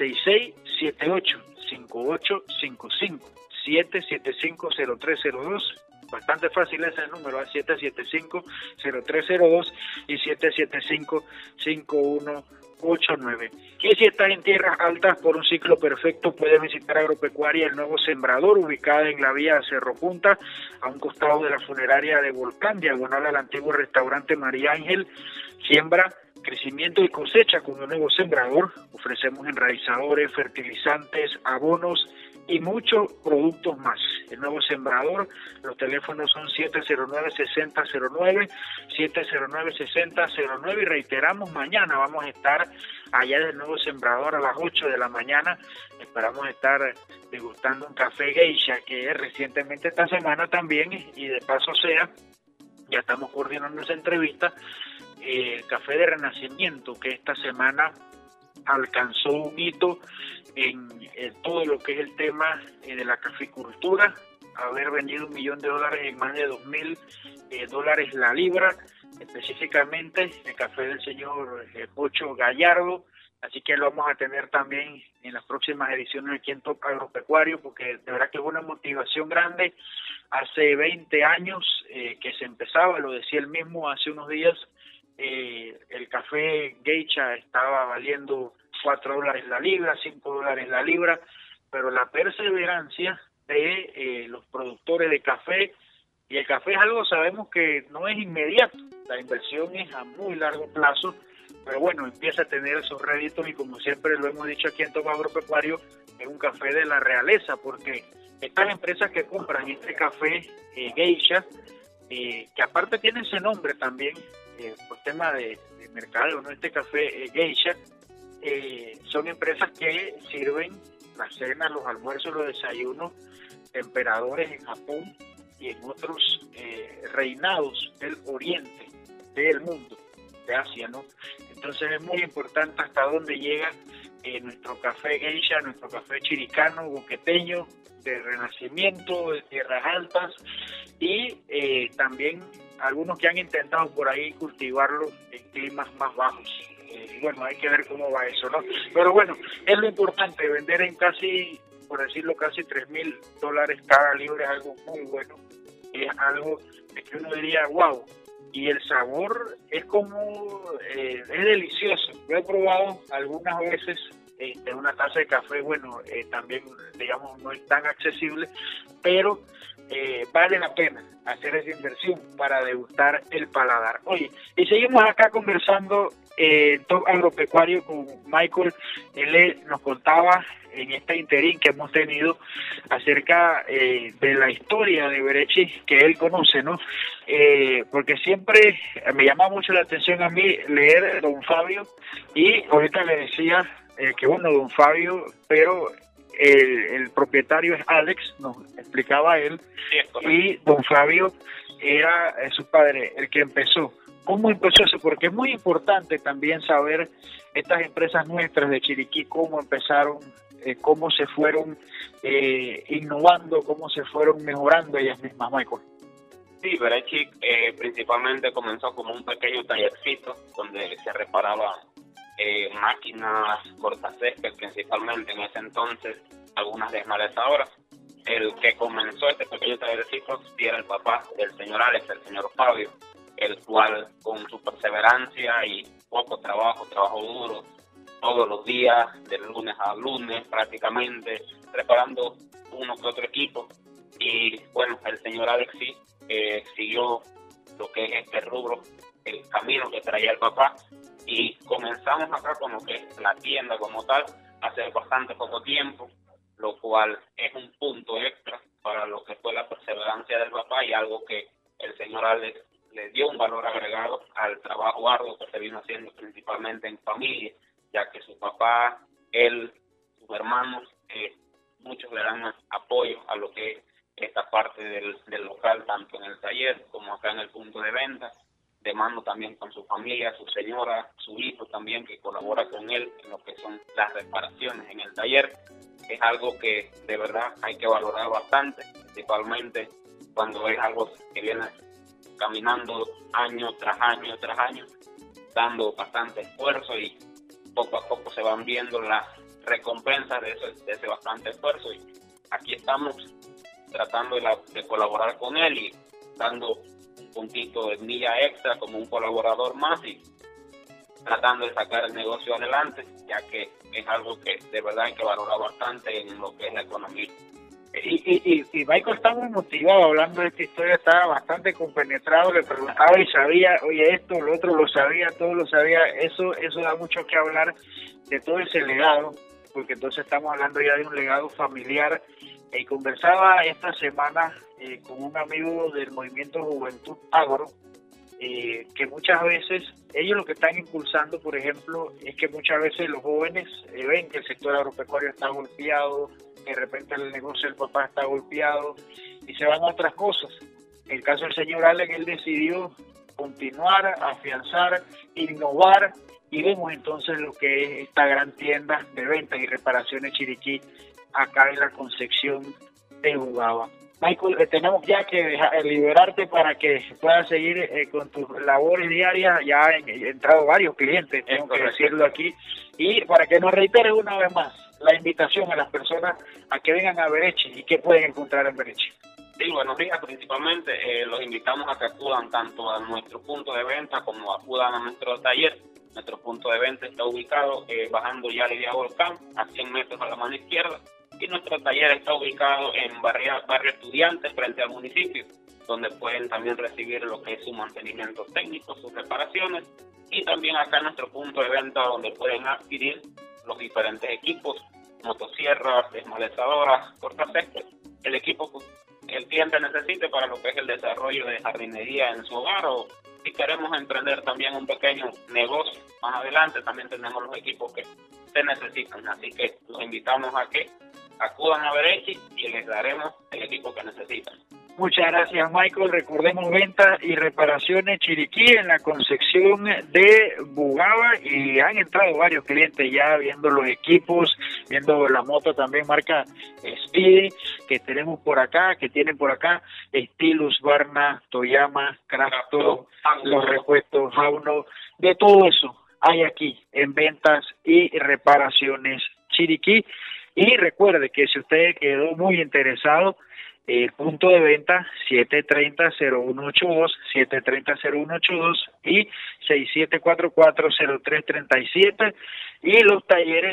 S2: 6678-5855, 775-0302. Bastante fácil ese número, 775-0302 y 775-5189. Y si estás en tierras altas por un ciclo perfecto, puedes visitar Agropecuaria El Nuevo Sembrador, ubicada en la vía Cerro Punta, a un costado de la funeraria de Volcán, diagonal al antiguo restaurante María Ángel. Siembra, crecimiento y cosecha con El Nuevo Sembrador. Ofrecemos enraizadores, fertilizantes, abonos y muchos productos más. El Nuevo Sembrador, los teléfonos son 709-6009, 709-6009, y reiteramos, mañana vamos a estar allá del Nuevo Sembrador a las 8 de la mañana. Esperamos estar degustando un café geisha que recientemente esta semana también, y de paso ya estamos coordinando esa entrevista, el café de Renacimiento, que esta semana alcanzó un hito en todo lo que es el tema de la caficultura, haber vendido $1 millón en más de $2.000 la libra, específicamente el café del señor Pocho Gallardo. Así que lo vamos a tener también en las próximas ediciones aquí en Top Agropecuario, porque de verdad que es una motivación grande. Hace 20 años que se empezaba, lo decía él mismo hace unos días, el café Geisha estaba valiendo $4 la libra, $5 la libra, pero la perseverancia de los productores de café, y el café es algo, sabemos que no es inmediato, la inversión es a muy largo plazo, pero bueno, empieza a tener esos réditos, y como siempre lo hemos dicho aquí en Top Agropecuario, es un café de la realeza, porque estas empresas que compran este café Geisha, que aparte tiene ese nombre también, por tema de mercado, ¿no? Este café Geisha, son empresas que sirven las cenas, los almuerzos, los desayunos, emperadores en Japón y en otros reinados del oriente, del mundo, de Asia, ¿no? Entonces es muy importante hasta dónde llega nuestro café Geisha, nuestro café chiricano, boqueteño, de renacimiento, de tierras altas, y también algunos que han intentado por ahí cultivarlo en climas más bajos. Bueno, hay que ver cómo va eso, ¿no? Pero bueno, es lo importante, vender en casi, por decirlo, casi $3.000 cada libra es algo muy bueno, es algo de que uno diría, wow, y el sabor es como, es delicioso. Lo he probado algunas veces, una taza de café, bueno, también, digamos, no es tan accesible, pero vale la pena hacer esa inversión para degustar el paladar. Oye, y seguimos acá conversando Top Agropecuario con Michael. Él nos contaba en este interín que hemos tenido acerca de la historia de Berechi que él conoce, ¿no? Porque siempre me llama mucho la atención a mí leer Don Fabio, y ahorita le decía que bueno, Don Fabio, pero el propietario es Alex, nos explicaba él, y Don Fabio era su padre, el que empezó. ¿Cómo empezó eso? Porque es muy importante también saber estas empresas nuestras de Chiriquí, cómo empezaron, cómo se fueron innovando, cómo se fueron mejorando ellas mismas, Michael.
S5: Sí, Berechi principalmente comenzó como un pequeño tallercito donde se reparaban máquinas cortacésped, principalmente en ese entonces, algunas desmalezadoras. El que comenzó este pequeño tallercito era el papá del señor Alex, el señor Fabio, el cual con su perseverancia y poco trabajo duro, todos los días, de lunes a lunes prácticamente, preparando uno que otro equipo. Y bueno, el señor Alex sí siguió lo que es este rubro, el camino que traía el papá, y comenzamos acá con lo que es la tienda como tal hace bastante poco tiempo, lo cual es un punto extra para lo que fue la perseverancia del papá, y algo que el señor Alex le dio un valor agregado al trabajo arduo que se vino haciendo principalmente en familia, ya que su papá, él, sus hermanos, muchos le dan apoyo a lo que es esta parte del local, tanto en el taller como acá en el punto de venta, de mano también con su familia, su señora, su hijo también, que colabora con él en lo que son las reparaciones en el taller. Es algo que de verdad hay que valorar bastante, principalmente cuando es algo que viene caminando año tras año tras año, dando bastante esfuerzo, y poco a poco se van viendo las recompensas de ese bastante esfuerzo, y aquí estamos tratando de colaborar con él y dando un puntito de milla extra como un colaborador más, y tratando de sacar el negocio adelante, ya que es algo que de verdad hay que valorar bastante en lo que es la economía.
S2: Y Michael está muy motivado hablando de esta historia, estaba bastante compenetrado, le preguntaba y sabía, oye, esto, lo otro, lo sabía, todo lo sabía. Eso da mucho que hablar de todo ese legado, porque entonces estamos hablando ya de un legado familiar. Y conversaba esta semana con un amigo del movimiento Juventud Agro, que muchas veces ellos lo que están impulsando, por ejemplo, es que muchas veces los jóvenes ven que el sector agropecuario está golpeado, de repente el negocio del papá está golpeado y se van a otras cosas. En el caso del señor Alex, él decidió continuar, afianzar, innovar y vemos entonces lo que es esta gran tienda de ventas y reparaciones Chiriquí acá en la Concepción de Bugaba. Michael, tenemos ya que liberarte para que puedas seguir con tus labores diarias. Ya han entrado varios clientes, tengo que decirlo aquí, y para que nos reiteres una vez más la invitación a las personas a que vengan a Berechi y qué pueden encontrar en Berechi.
S5: Sí, buenos días. Principalmente los invitamos a que acudan tanto a nuestro punto de venta como acudan a nuestro taller. Nuestro punto de venta está ubicado bajando ya Lidia Volcán, a 100 metros a la mano izquierda, y nuestro taller está ubicado en Barrio Estudiantes, frente al municipio, donde pueden también recibir lo que es su mantenimiento técnico, sus reparaciones, y también acá en nuestro punto de venta, donde pueden adquirir los diferentes equipos, motosierras, desmalezadoras, cortacésped, el equipo que el cliente necesite para lo que es el desarrollo de jardinería en su hogar, o si queremos emprender también un pequeño negocio más adelante, también tenemos los equipos que se necesitan. Así que los invitamos a que acudan a Berechi y les daremos el equipo que necesitan.
S2: Muchas gracias, Michael. Recordemos ventas y reparaciones Chiriquí en la Concepción de Bugaba, y han entrado varios clientes ya viendo los equipos, viendo la moto también marca Speedy que tenemos por acá, que tienen por acá, Stylus, Barna, Toyama, Crafto, los repuestos Jauno, de todo eso hay aquí en ventas y reparaciones Chiriquí. Y recuerde que si usted quedó muy interesado, el punto de venta 730-0182, 730-0182 y 6744-0337, y los talleres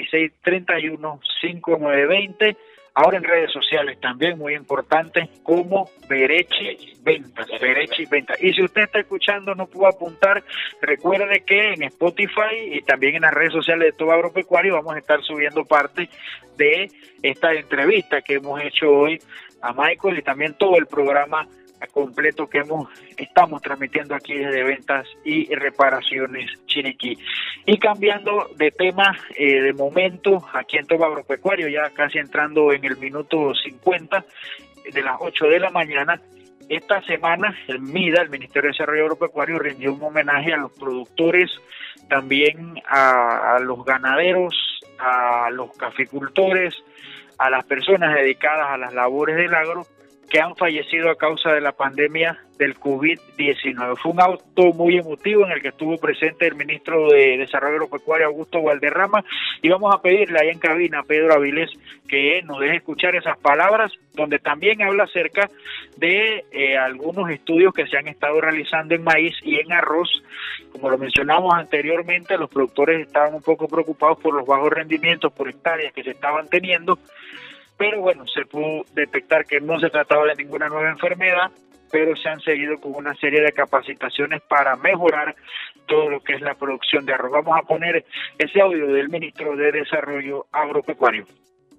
S2: 6631-5920. Ahora en redes sociales también, muy importante, como Berechi Ventas, Berechi Ventas. Y si usted está escuchando, no pudo apuntar, recuerde que en Spotify y también en las redes sociales de Top Agropecuario vamos a estar subiendo parte de esta entrevista que hemos hecho hoy a Michael, y también todo el programa completo que estamos transmitiendo aquí desde Ventas y Reparaciones Chiriquí. Y cambiando de tema, de momento, aquí en Top Agropecuario, ya casi entrando en el minuto 50 de las 8 de la mañana, esta semana el MIDA, el Ministerio de Desarrollo Agropecuario, rindió un homenaje a los productores, también a los ganaderos, a los caficultores, a las personas dedicadas a las labores del agro que han fallecido a causa de la pandemia del COVID-19. Fue un acto muy emotivo en el que estuvo presente el ministro de Desarrollo Agropecuario, Augusto Valderrama, y vamos a pedirle ahí en cabina a Pedro Avilés que nos deje escuchar esas palabras, donde también habla acerca de algunos estudios que se han estado realizando en maíz y en arroz. Como lo mencionamos anteriormente, los productores estaban un poco preocupados por los bajos rendimientos por hectáreas que se estaban teniendo, pero bueno, se pudo detectar que no se trataba de ninguna nueva enfermedad, pero se han seguido con una serie de capacitaciones para mejorar todo lo que es la producción de arroz. Vamos a poner ese audio del ministro de Desarrollo Agropecuario.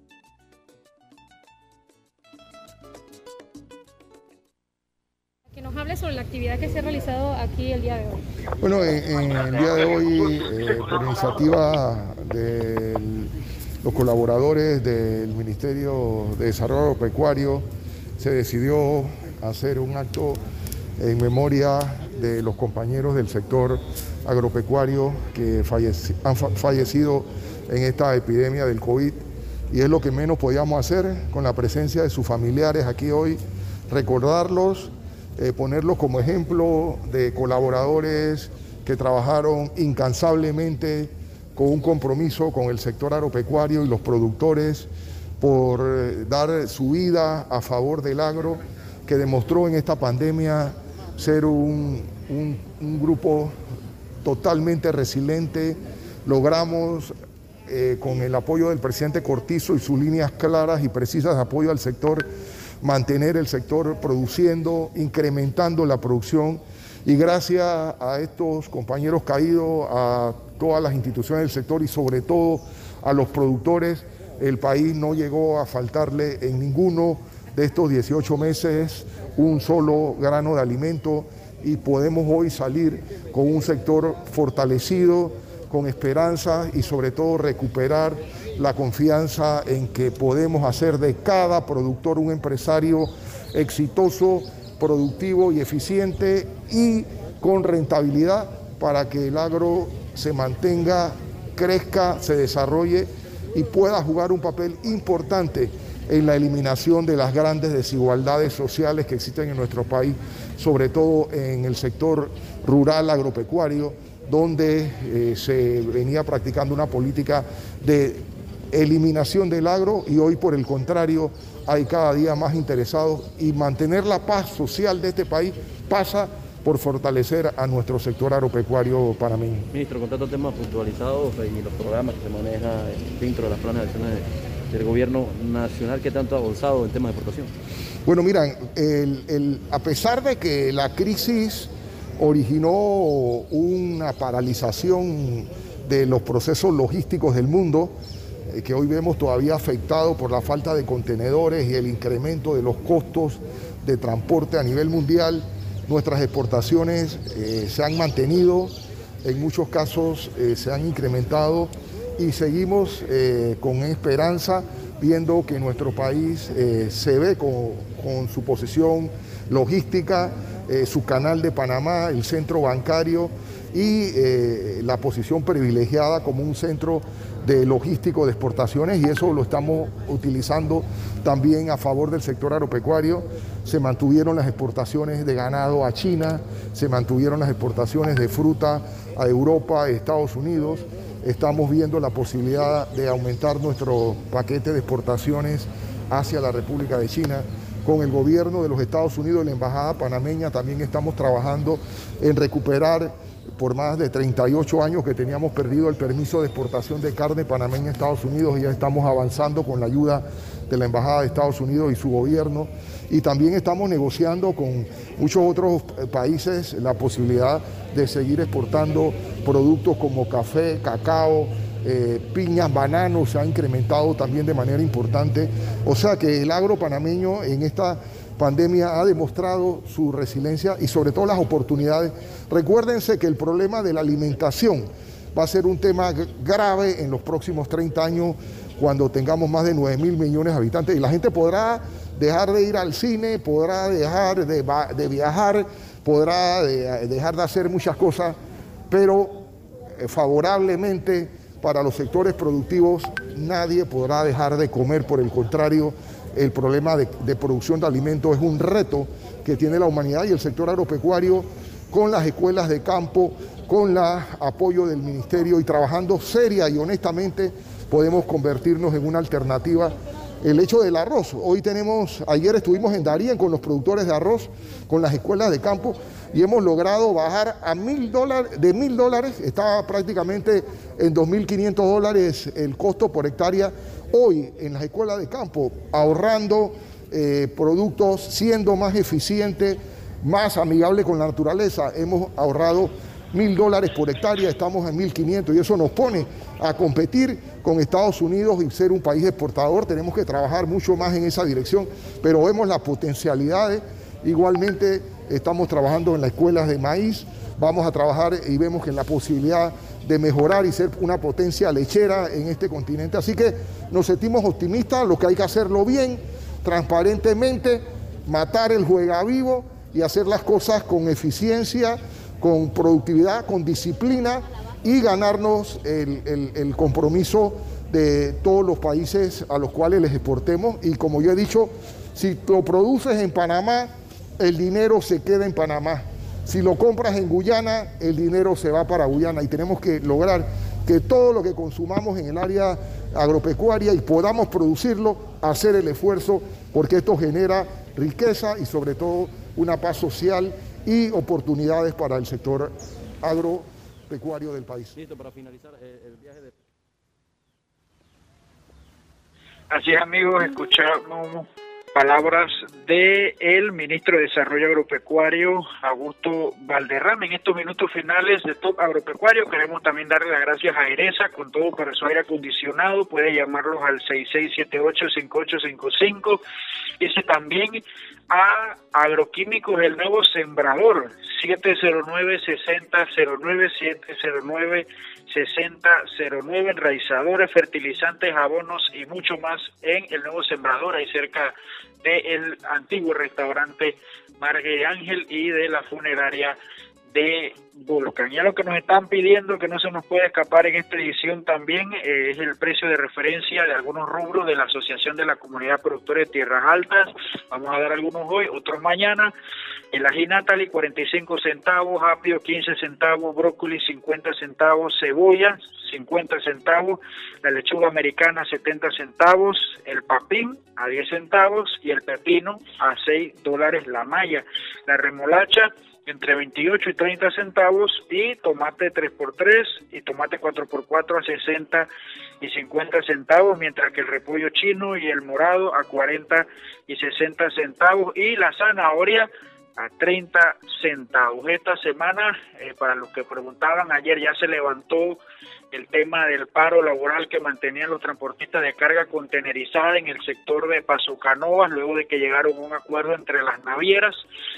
S14: Que nos hable sobre la actividad que se ha realizado aquí el día de hoy.
S15: Bueno, en el día de hoy, por iniciativa de los colaboradores del Ministerio de Desarrollo Agropecuario, se decidió hacer un acto en memoria de los compañeros del sector agropecuario que han fallecido en esta epidemia del COVID, y es lo que menos podíamos hacer con la presencia de sus familiares aquí hoy, recordarlos, ponerlos como ejemplo de colaboradores que trabajaron incansablemente con un compromiso con el sector agropecuario y los productores por dar su vida a favor del agro, que demostró en esta pandemia ser un grupo totalmente resiliente. Logramos, con el apoyo del presidente Cortizo y sus líneas claras y precisas de apoyo al sector, mantener el sector produciendo, incrementando la producción, y gracias a estos compañeros caídos, a todas las instituciones del sector y sobre todo a los productores, el país no llegó a faltarle en ninguno de estos 18 meses un solo grano de alimento, y podemos hoy salir con un sector fortalecido, con esperanza, y sobre todo recuperar la confianza en que podemos hacer de cada productor un empresario exitoso, productivo y eficiente, y con rentabilidad, para que el agro se mantenga, crezca, se desarrolle y pueda jugar un papel importante en la eliminación de las grandes desigualdades sociales que existen en nuestro país, sobre todo en el sector rural agropecuario, donde se venía practicando una política de eliminación del agro y hoy, por el contrario, hay cada día más interesados, y mantener la paz social de este país pasa por fortalecer a nuestro sector agropecuario panameño.
S16: Ministro, con tantos temas puntualizados y los programas que se manejan dentro de las planes de acciones del gobierno nacional, ¿qué tanto ha avanzado en temas de exportación?
S15: Bueno, miran, a pesar de que la crisis originó una paralización de los procesos logísticos del mundo, que hoy vemos todavía afectado por la falta de contenedores y el incremento de los costos de transporte a nivel mundial, nuestras exportaciones se han mantenido, en muchos casos se han incrementado y seguimos con esperanza, viendo que nuestro país se ve con su posición logística, su canal de Panamá, el centro bancario y la posición privilegiada como un centro de logístico de exportaciones, y eso lo estamos utilizando también a favor del sector agropecuario. Se mantuvieron las exportaciones de ganado a China, se mantuvieron las exportaciones de fruta a Europa, a Estados Unidos. Estamos viendo la posibilidad de aumentar nuestro paquete de exportaciones hacia la República de China. Con el gobierno de los Estados Unidos y la embajada panameña también estamos trabajando en recuperar, por más de 38 años que teníamos perdido el permiso de exportación de carne panameña a Estados Unidos, y ya estamos avanzando con la ayuda de la embajada de Estados Unidos y su gobierno, y también estamos negociando con muchos otros países la posibilidad de seguir exportando productos como café, cacao, piñas, bananos. Se ha incrementado también de manera importante. O sea que el agro panameño en esta pandemia ha demostrado su resiliencia y sobre todo las oportunidades. Recuérdense que el problema de la alimentación va a ser un tema grave en los próximos 30 años, cuando tengamos más de 9.000 millones de habitantes, y la gente podrá dejar de ir al cine, podrá dejar de viajar, podrá dejar de hacer muchas cosas, pero favorablemente para los sectores productivos nadie podrá dejar de comer. Por el contrario, el problema de producción de alimentos es un reto que tiene la humanidad, y el sector agropecuario, con las escuelas de campo, con el apoyo del ministerio y trabajando seria y honestamente, podemos convertirnos en una alternativa. El hecho del arroz, ayer estuvimos en Darién con los productores de arroz, con las escuelas de campo, y hemos logrado bajar a $1.000, de $1.000, estaba prácticamente en $2.500 el costo por hectárea. Hoy en las escuelas de campo, ahorrando productos, siendo más eficiente, más amigable con la naturaleza, hemos ahorrado $1.000 por hectárea, estamos en 1.500, y eso nos pone a competir con Estados Unidos y ser un país exportador. Tenemos que trabajar mucho más en esa dirección, pero vemos las potencialidades. Igualmente estamos trabajando en las escuelas de maíz, vamos a trabajar y vemos que en la posibilidad de mejorar y ser una potencia lechera en este continente. Así que nos sentimos optimistas, lo que hay que hacerlo bien, transparentemente, matar el juega vivo y hacer las cosas con eficiencia, con productividad, con disciplina, y ganarnos el compromiso de todos los países a los cuales les exportemos. Y como yo he dicho, si lo produces en Panamá, el dinero se queda en Panamá. Si lo compras en Guyana, el dinero se va para Guyana, y tenemos que lograr que todo lo que consumamos en el área agropecuaria y podamos producirlo, hacer el esfuerzo, porque esto genera riqueza y sobre todo una paz social y oportunidades para el sector agropecuario del país.
S16: Listo, para finalizar el viaje de...
S2: Así es, amigos, escuchamos palabras del ministro de Desarrollo Agropecuario, Augusto Valderrama. En estos minutos finales de Top Agropecuario queremos también darle las gracias a Eresa, con todo para su aire acondicionado. Puede llamarlos al 6678-5855. Dice también a Agroquímicos El Nuevo Sembrador, 709-6009, 709-6009, enraizadores, fertilizantes, abonos y mucho más en El Nuevo Sembrador, ahí cerca del antiguo restaurante Margue Ángel y de la funeraria de Volcán. Ya lo que nos están pidiendo, que no se nos puede escapar en esta edición también, es el precio de referencia de algunos rubros de la Asociación de la Comunidad Productora de Tierras Altas. Vamos a dar algunos hoy, otros mañana. El ají Natalie 45 centavos, apio 15 centavos, brócoli 50 centavos, cebolla 50 centavos, la lechuga americana 70 centavos, el papín a 10 centavos y el pepino a $6 la malla. La remolacha entre 28 y 30 centavos y tomate 3x3 y tomate 4x4 a 60 y 50 centavos, mientras que el repollo chino y el morado a 40 y 60 centavos y la zanahoria a 30 centavos. Esta semana, para los que preguntaban, ayer ya se levantó el tema del paro laboral que mantenían los transportistas de carga contenerizada en el sector de Paso Canoas, luego de que llegaron a un acuerdo entre las navieras,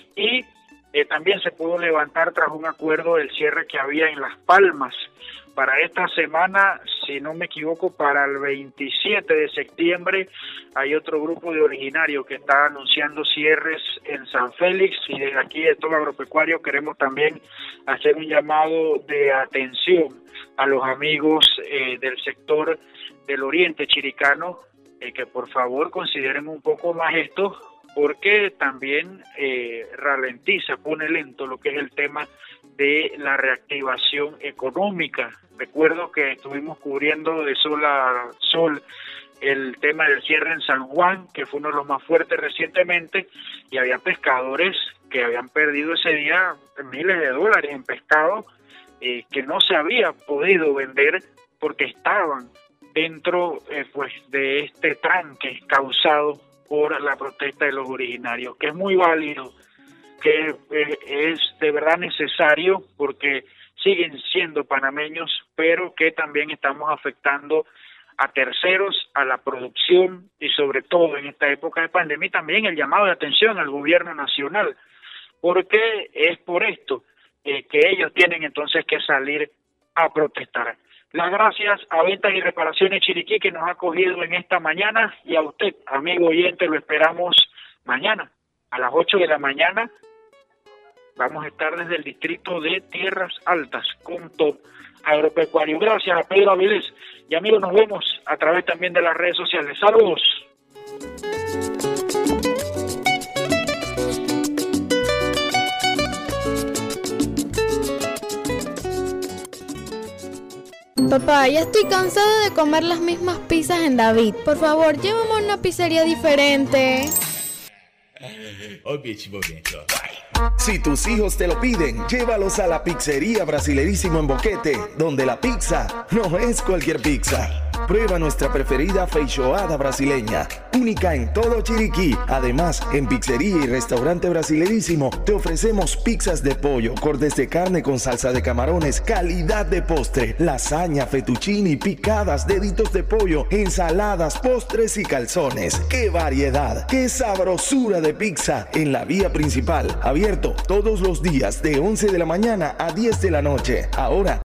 S2: y también se pudo levantar tras un acuerdo del cierre que había en Las Palmas. Para esta semana, si no me equivoco, para el 27 de septiembre hay otro grupo de originarios que está anunciando cierres en San Félix, y desde aquí de Top Agropecuario queremos también hacer un llamado de atención a los amigos del sector del oriente chiricano, que por favor consideren un poco más esto, porque también ralentiza, pone lento lo que es el tema de la reactivación económica. Recuerdo que estuvimos cubriendo de sol a sol el tema del cierre en San Juan, que fue uno de los más fuertes recientemente, y había pescadores que habían perdido ese día miles de dólares en pescado que no se había podido vender porque estaban dentro pues de este tranque causado por la protesta de los originarios, que es muy válido, que es de verdad necesario porque siguen siendo panameños, pero que también estamos afectando a terceros, a la producción y sobre todo en esta época de pandemia, y también el llamado de atención al gobierno nacional, porque es por esto que ellos tienen entonces que salir a protestar. Las gracias a Ventas y Reparaciones Chiriquí, que nos ha acogido en esta mañana, y a usted, amigo oyente, lo esperamos mañana a las 8 de la mañana. Vamos a estar desde el distrito de Tierras Altas con Top Agropecuario. Gracias a Pedro Avilés. Y amigos, nos vemos a través también de las redes sociales. Saludos.
S9: Papá, ya estoy cansada de comer las mismas pizzas en David. Por favor, llévame a una pizzería diferente.
S10: Si tus hijos te lo piden, llévalos a la Pizzería Brasilerísimo en Boquete, donde la pizza no es cualquier pizza. Prueba nuestra preferida feijoada brasileña, única en todo Chiriquí. Además, en Pizzería y Restaurante Brasilerísimo te ofrecemos pizzas de pollo, cortes de carne con salsa de camarones, calidad de postre, lasaña, fettuccini, picadas, deditos de pollo, ensaladas, postres y calzones. ¡Qué variedad! ¡Qué sabrosura de pizza! En la vía principal, abierto todos los días de 11 de la mañana a 10 de la noche. Ahora